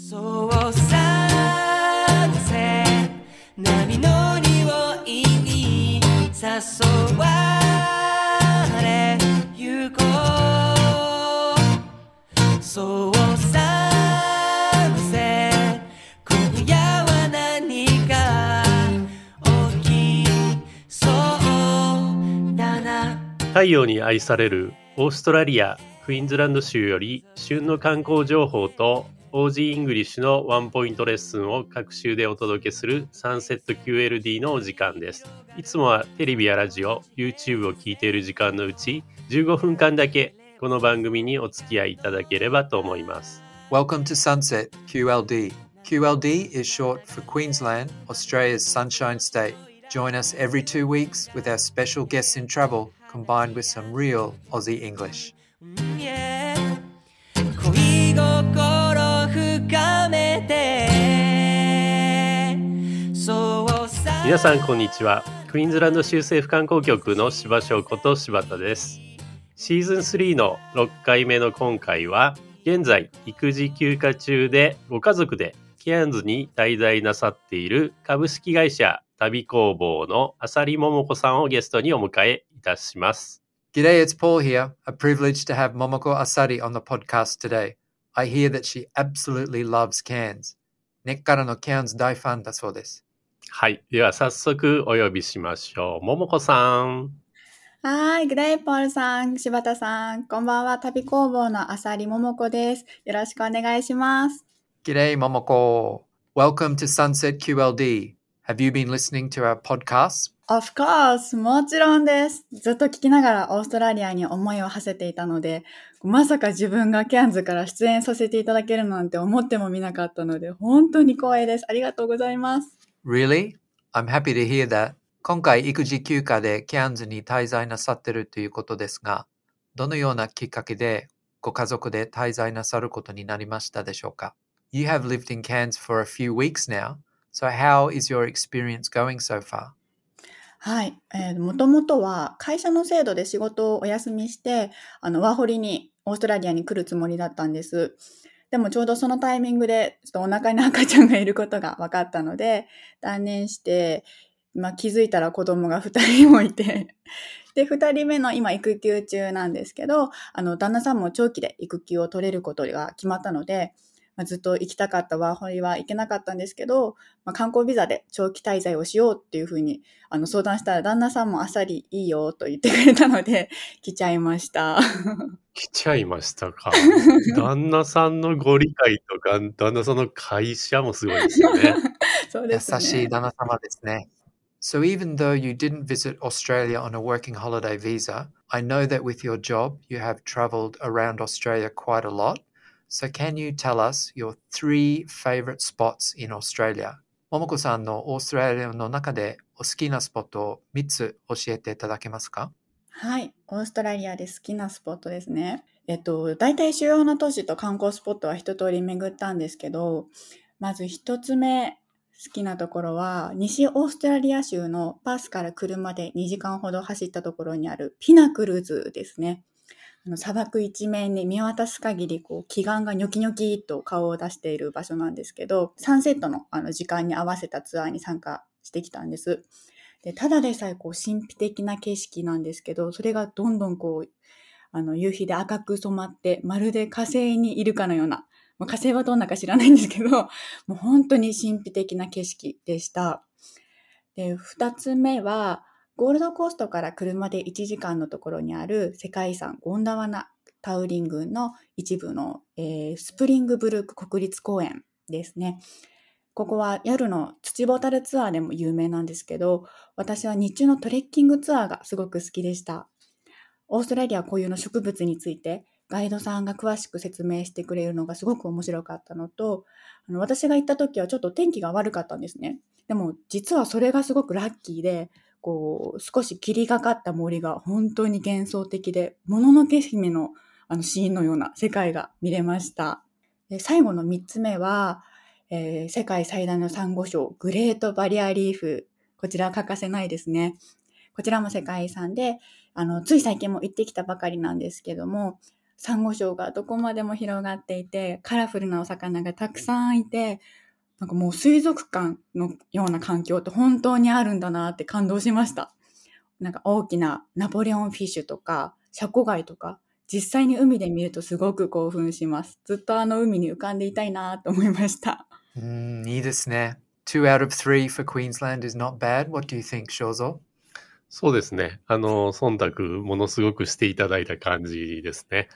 そうさせ波の匂いに誘われゆこうそうさせ今夜は何か起きそうだな。 太陽に愛されるオーストラリアクイーンズランド州より旬の観光情報とOG イングリッシュのワンポイントレッスンを各週でお届けするサンセット QLD のお時間です。いつもはテレビやラジオ、YouTube を聞いている時間のうち15分間だけこの番組にお付き合いいただければと思います。 Welcome to Sunset QLD. QLD is short for Queensland, Australia's Sunshine State. Join us every 2 weeks with our special guests in travel combined with some real Aussie English. 恋心深めてそうさ皆さんこんにちは。クイーンズランド州政府観光局の柴翔こと柴田です。シーズン3の6回目の今回は現在育児休暇中でご家族でケアンズに滞在なさっている株式会社旅工房の浅利桃子さんをゲストにお迎えいたします。 G'day, it's Paul here. A privilege to have Momoko Asari on the podcast today. I hear that she absolutely loves Cairns. 根っからの Cairns 大ファンだそうです。 はい。では早速お呼びしましょう。桃子さん。 はい、グレイポールさん、柴田さん、こんばんは。旅工房の浅利桃子です。よろしくお願いします。 G'day, Momoko. Welcome to Sunset QLD. Have you been listening to our podcasts? Of course! もちろんです。ずっと聞きながらオーストラリアに思いを馳せていたので、まさか自分がケアンズから出演させていただけるなんて思ってもみなかったので、本当に光栄です。ありがとうございます。 Really? I'm happy to hear that. 今回育児休暇でケアンズに滞在なさっているということですが、どのようなきっかけでご家族で滞在なさることになりましたでしょうか？ You have lived in Cairns for a few weeks now, so how is your experience going so far? はい。もともとは会社の制度で仕事をお休みして、ワーホリにオーストラリアに来るつもりだったんです。でもちょうどそのタイミングで、ちょっとお腹に赤ちゃんがいることが分かったので、断念して、気づいたら子供が2人もいて、で、2人目の今育休中なんですけど、旦那さんも長期で育休を取れることが決まったので、ずっと行きたかったワーホリは行けなかったんですけど、観光ビザで長期滞在をしようっていうふうに相談したら、旦那さんもあっさりいいよと言ってくれたので来ちゃいました。 来ちゃいましたか。旦那さんのご理解とか、旦那さんの会社もすごいですよね。 そうですね。 優しい旦那様ですね。So even though you didn't visit Australia on a working holiday visa, I know that with your job you have traveled around Australia quite a lot.So can you tell us your 3 favorite spots in Australia? 桃子さんのオーストラリアの中でお好きなスポットを3つ教えていただけますか？ はい。オーストラリアで好きなスポットですね。大体主要な都市と観光スポットは一通り巡ったんですけど、まず一つ目好きなところは、西オーストラリア州のパースから車で2時間ほど走ったところにあるピナクルズですね。砂漠一面に見渡す限り奇岩がニョキニョキと顔を出している場所なんですけど、サンセットの時間に合わせたツアーに参加してきたんです。で、ただでさえ神秘的な景色なんですけど、それがどんどん夕日で赤く染まって、まるで火星にいるかのような、火星はどんなか知らないんですけど、もう本当に神秘的な景色でした。で、2つ目は、ゴールドコーストから車で1時間のところにある世界遺産ゴンダワナタウリン郡の一部の、スプリングブルーク国立公園ですね。ここは夜の土ボタルツアーでも有名なんですけど、私は日中のトレッキングツアーがすごく好きでした。オーストラリア固有の植物についてガイドさんが詳しく説明してくれるのがすごく面白かったのと、私が行った時はちょっと天気が悪かったんですね。でも実はそれがすごくラッキーで、少し霧がかった森が本当に幻想的で、もののけ姫のシーンのような世界が見れました。で、最後の3つ目は、世界最大のサンゴ礁グレートバリアリーフ。こちらは欠かせないですね。こちらも世界遺産で、つい最近も行ってきたばかりなんですけども、 サンゴ礁がどこまでも広がっていて、カラフルなお魚がたくさんいて、なんかもう水族館のような環境って本当にあるんだなって感動しました。なんか大きなナポレオンフィッシュとかシャコガイとか、実際に海で見るとすごく興奮します。ずっとあの海に浮かんでいたいなと思いました。 いいですね。2 out of 3 for Queensland is not bad. What do you think, Shozo? そうですね。忖度ものすごくしていただいた感じですね。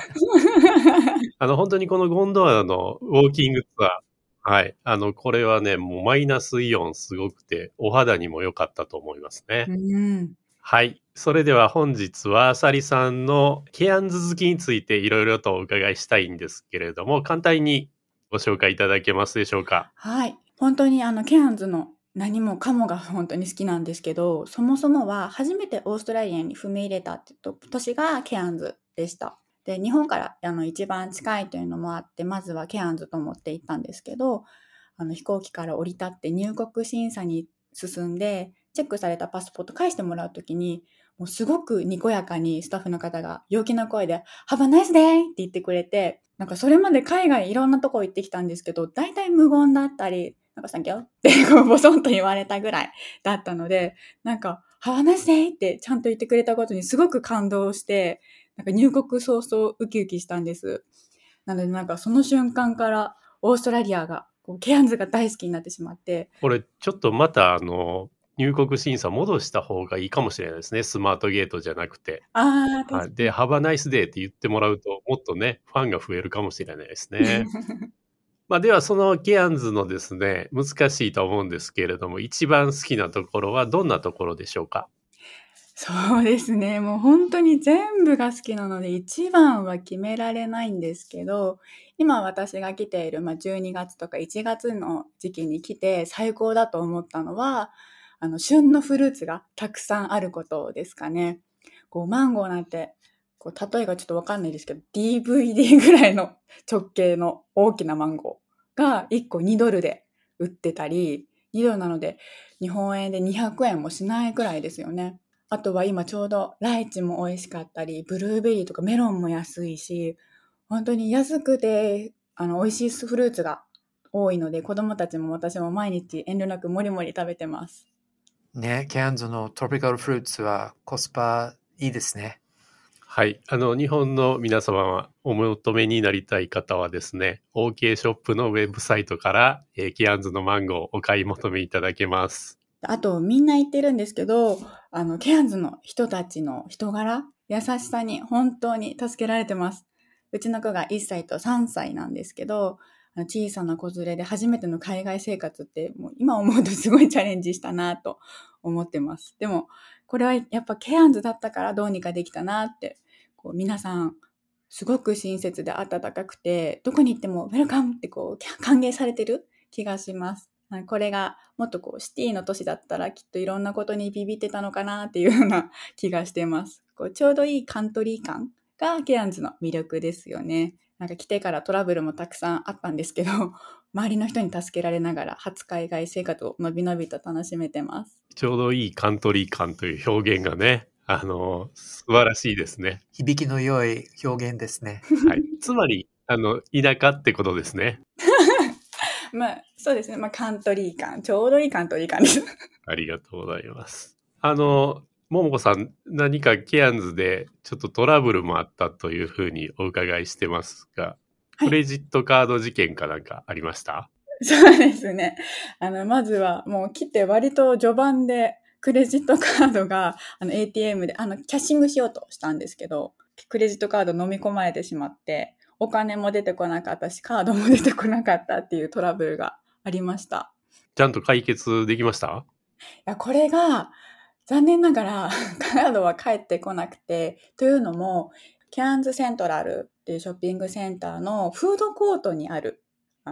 本当にこのゴンドワナのウォーキングツアー、はい。これはね、もうマイナスイオンすごくて、お肌にも良かったと思いますね。はい。それでは本日はサリさんのケアンズ好きについていろいろとお伺いしたいんですけれども、簡単にご紹介いただけますでしょうか。 はい。本当にケアンズの何もかもが本当に好きなんですけど、そもそもは初めてオーストラリアに踏み入れた年がケアンズでした。で、日本から一番近いというのもあって、まずはケアンズと思って行ったんですけど、飛行機から降り立って入国審査に進んで、チェックされたパスポート返してもらうときに、もうすごくにこやかにスタッフの方が陽気な声で Have a nice day! って言ってくれて、なんかそれまで海外いろんなとこ行ってきたんですけど、大体無言だったり、なんかサンキューってこうボソンと言われたぐらいだったので、なんか Have a nice day! ってちゃんと言ってくれたことにすごく感動して、なんか入国早々ウキウキしたんです。なのでなんかその瞬間からオーストラリアがケアンズが大好きになってしまって。 これちょっとまた入国審査戻した方がいいかもしれないですね。スマートゲートじゃなくて。はい、で、Have a nice day って言ってもらうと、もっとね、ファンが増えるかもしれないですね。では、そのケアンズのですね、難しいと思うんですけれども、一番好きなところはどんなところでしょうか？ そうですね。もう本当に全部が好きなので、一番は決められないんですけど、今私が来ている、12月とか1月の時期に来て最高だと思ったのは、旬のフルーツがたくさんあることですかね。マンゴーなんて、例えがちょっとわかんないですけど、DVD ぐらいの直径の大きなマンゴーが1個2ドルで売ってたり、2ドルなので日本円で200円もしないくらいですよね。あとは今ちょうどライチも美味しかったり、ブルーベリーとかメロンも安いし、本当に安くて美味しいフルーツが多いので、子供たちも私も毎日遠慮なくもりもり食べてます。 ね、ケアンズのトロピカルフルーツはコスパいいですね。 はい。日本の皆様はお求めになりたい方はですね、OK ショップのウェブサイトから、ケアンズのマンゴーをお買い求めいただけます。 あと、みんな言ってるんですけど、ケアンズの人たちの人柄、優しさに本当に助けられてます。うちの子が1歳と3歳なんですけど、小さな子連れで初めての海外生活って、もう今思うとすごいチャレンジしたなと思ってます。でも、これはやっぱケアンズだったからどうにかできたなって、皆さん、すごく親切で温かくて、どこに行ってもウェルカムって歓迎されてる気がします。これがもっとシティの都市だったらきっといろんなことにビビってたのかなっていうような気がしてます。ちょうどいいカントリー感がケアンズの魅力ですよね。なんか来てからトラブルもたくさんあったんですけど、周りの人に助けられながら初海外生活をのびのびと楽しめてます。 ちょうどいいカントリー感という表現がね、素晴らしいですね。 響きの良い表現ですね。 はい。つまり、田舎ってことですね。 そうですね。カントリー感。ちょうどいいカントリー感です。 ありがとうございます。ももこさん、何かケアンズでちょっとトラブルもあったというふうにお伺いしてますが、クレジットカード事件かなんかありました？ そうですね。まずはもう来て割と序盤でクレジットカードがATM でキャッシングしようとしたんですけど、クレジットカード飲み込まれてしまって、お金も出てこなかったし、カードも出てこなかったっていうトラブルがありました。 ちゃんと解決できました？ いや、これが残念ながらカードは返ってこなくて、というのもケアンズセントラルっていうショッピングセンターのフードコートにある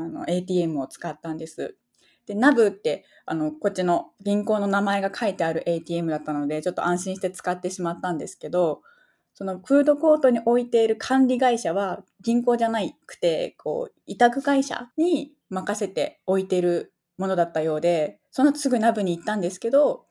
ATM を使ったんです。で、ナブってこっちの銀行の名前が書いてある ATM だったので、ちょっと安心して使ってしまったんですけど、そのフードコートに置いている管理会社は銀行じゃなくて、委託会社に任せて置いているものだったようで、そのすぐナブに行ったんですけど、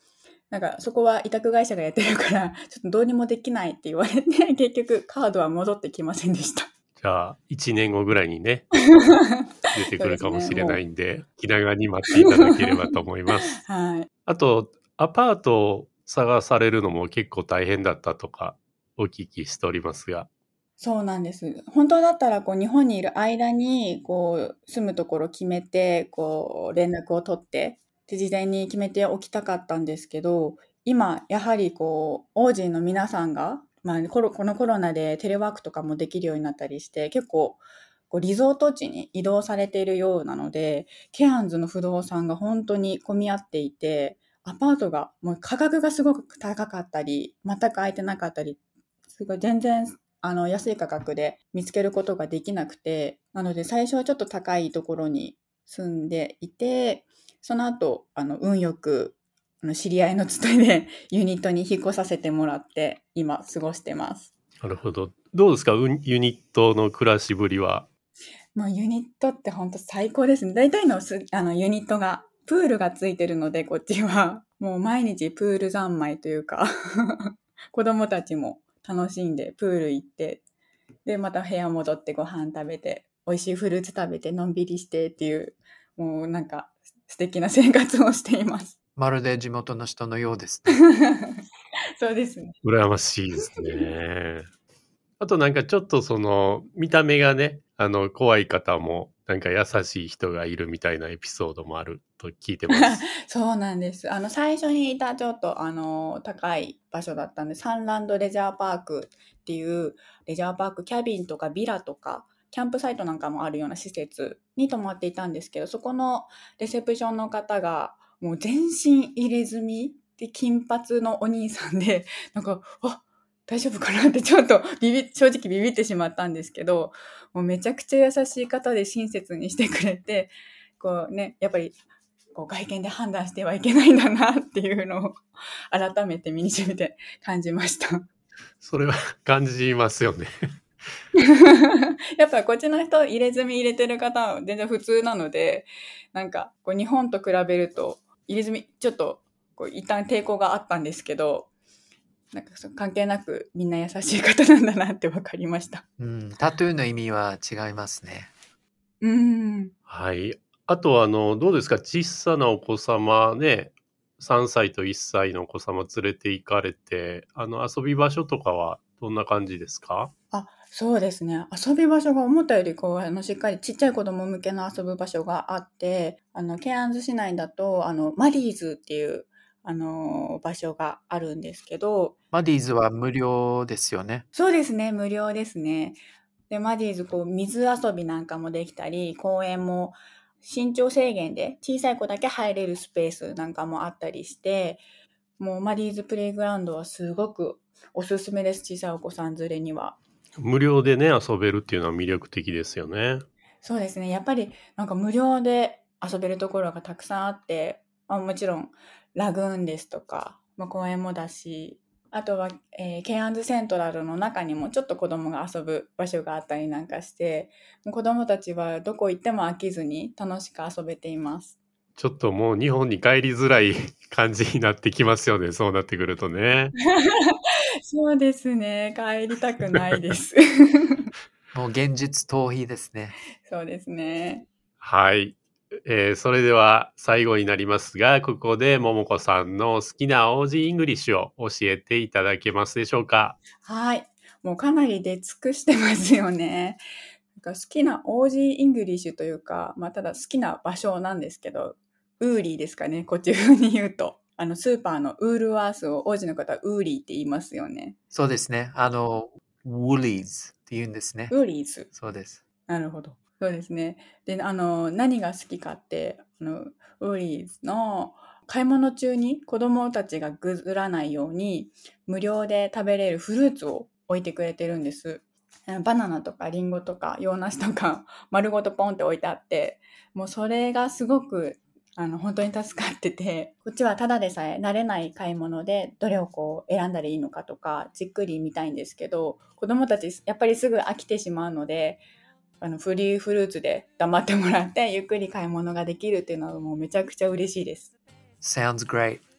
なんかそこは委託会社がやってるからちょっとどうにもできないって言われて結局カードは戻ってきませんでした。 じゃあ1年後ぐらいにね出てくるかもしれないんで、気長に待っていただければと思います。 はい。 あとアパートを探されるのも結構大変だったとかお聞きしておりますが。 そうなんです。本当だったらこう日本にいる間にこう住むところ決めてこう連絡を取ってで事前に決めておきたかったんですけど、今やはりこうオージーの皆さんが、このコロナでテレワークとかもできるようになったりして結構こうリゾート地に移動されているようなので、ケアンズの不動産が本当に混み合っていて、アパートがもう価格がすごく高かったり全く空いてなかったり、すごい全然安い価格で見つけることができなくて、なので最初はちょっと高いところに住んでいて、その後運よく知り合いのつてでユニットに引っ越させてもらって今過ごしてます。 なるほど。どうですか、ユニットの暮らしぶりは。 もうユニットって本当最高ですね。大体のユニットがプールがついてるので、こっちはもう毎日プール三昧というか子供たちも楽しんでプール行って、でまた部屋戻ってご飯食べて美味しいフルーツ食べてのんびりしてっていう、もうなんか素敵な生活をしています。 まるで地元の人のようですね。 そうですね。 羨ましいですね。あとなんかちょっとその見た目がね、怖い方もなんか優しい人がいるみたいなエピソードもあると聞いてます。 そうなんです。最初にいたちょっと高い場所だったんで、サンランドレジャーパークっていうレジャーパーク、キャビンとかビラとかキャンプサイトなんかもあるような施設に泊まっていたんですけど、そこのレセプションの方がもう全身入れ墨で金髪のお兄さんで、なんか大丈夫かなってちょっと正直ビビってしまったんですけど、もうめちゃくちゃ優しい方で親切にしてくれて、こうね、やっぱりこう外見で判断してはいけないんだなっていうのを改めて身に染みて感じました。 それは感じますよね。 やっぱこっちの人入れ墨入れてる方は全然普通なので、なんかこう日本と比べると入れ墨ちょっとこう一旦抵抗があったんですけど、なんか関係なくみんな優しい方なんだなって分かりました。 タトゥーの意味は違いますね。 はい。あとどうですか、小さなお子様ね、3歳と1歳のお子様連れて行かれて、遊び場所とかはどんな感じですか？ そうですね。遊び場所が思ったよりしっかりちっちゃい子供向けの遊ぶ場所があって、ケアンズ市内だとマディーズっていう場所があるんですけど、 マディーズは無料ですよね。 そうですね、無料ですね。でマディーズ水遊びなんかもできたり、公園も身長制限で小さい子だけ入れるスペースなんかもあったりして、もうマディーズプレイグラウンドはすごくおすすめです。小さいお子さん連れには。 無料でね遊べるっていうのは魅力的ですよね。 そうですね。やっぱりなんか無料で遊べるところがたくさんあって、もちろんラグーンですとか、公園もだし、あとは、ケアンズセントラルの中にもちょっと子供が遊ぶ場所があったりなんかして、もう子供たちはどこ行っても飽きずに楽しく遊べています。 ちょっともう日本に帰りづらい感じになってきますよね。そうなってくるとね。 そうですね。帰りたくないです。 もう現実逃避ですね。 そうですね。 はい。それでは最後になりますが、ここでももこさんの好きなオージーイングリッシュを教えていただけますでしょうか？ はい。もうかなり出尽くしてますよね。好きなオージーイングリッシュというか、ただ好きな場所なんですけど、ウーリーですかね、こっち風に言うと。スーパーのウールワースを王子の方はウーリーって言いますよね。 そうですね。ウーリーズって言うんですね。 ウーリーズ。 そうです。 なるほど。そうですね。で、何が好きかって、ウーリーズの買い物中に子供たちがぐずらないように、無料で食べれるフルーツを置いてくれてるんです。バナナとかリンゴとか洋梨とか丸ごとポンって置いてあって、もうそれがすごく本当に助かってて、こっちはただでさえ慣れない買い物でどれを選んだらいいのかとかじっくり見たいんですけど、子供たちやっぱりすぐ飽きてしまうので、フリーフルーツで黙ってもらってゆっくり買い物ができるっていうのはもうめちゃくちゃ嬉しいです。 Sounds great.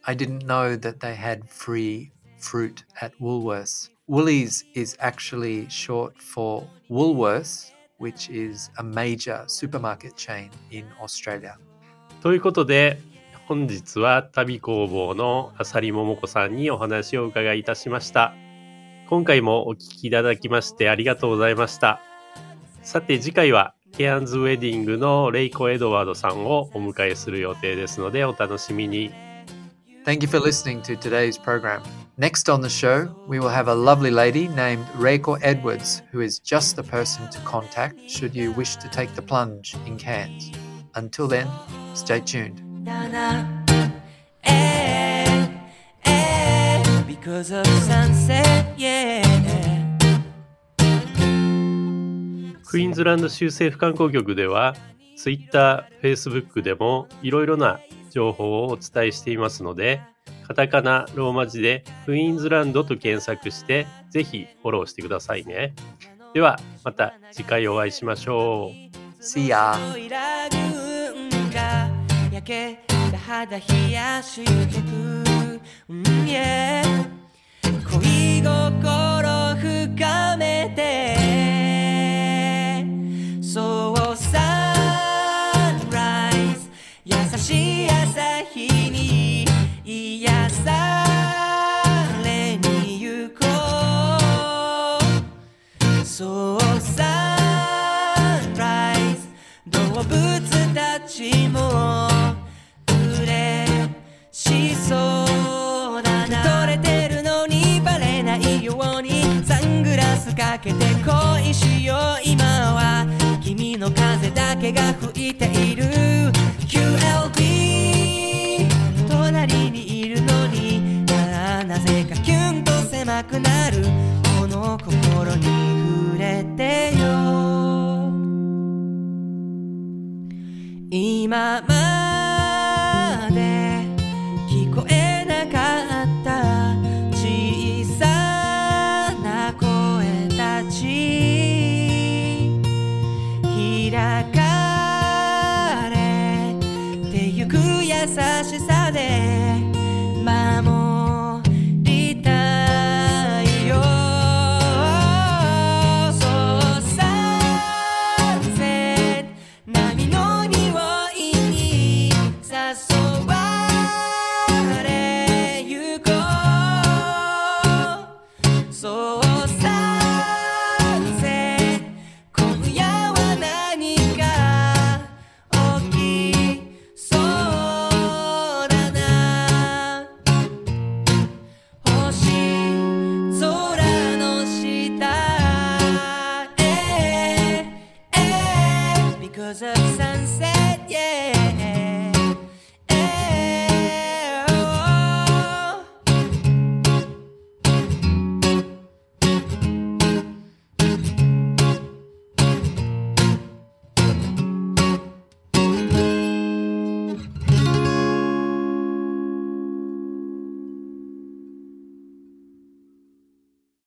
I didn't know that they had free fruit at Woolworths. Woolies is actually short for Woolworths, which is a major supermarket chain in Australia. ということで、本日は旅工房の浅利桃子さんにお話を伺いいたしました。今回もお聞きいただきましてありがとうございました。さて次回はケアンズウェディングのレイコ・エドワードさんをお迎えする予定ですのでお楽しみに。 Thank you for listening to today's program. Next on the show, we will have a lovely lady named Reiko Edwards, who is just the person to contact should you wish to take the plunge in Cairns. Until then, stay tuned. Because of sunset, yeah. クイーンズランド州政府観光局では Twitter、Facebook でもいろいろな情報をお伝えしていますので、カタカナ、ローマ字でクイーンズランドと検索してぜひフォローしてくださいね。ではまた次回お会いしましょう。 See ya! 焼けた肌冷やしてく、yeah、恋心深めてそうサンライズ優しい朝日に癒されに行こうそうサンライズ動物たちも嬉しそうだな取れてるのにバレないようにサングラスかけて恋しよう今は君の風だけが吹いている QLB 隣にいるのになぜかキュンと狭くなるこの心に触れてよ今まで聞こえなかった小さな声たち開かれてゆく優しさで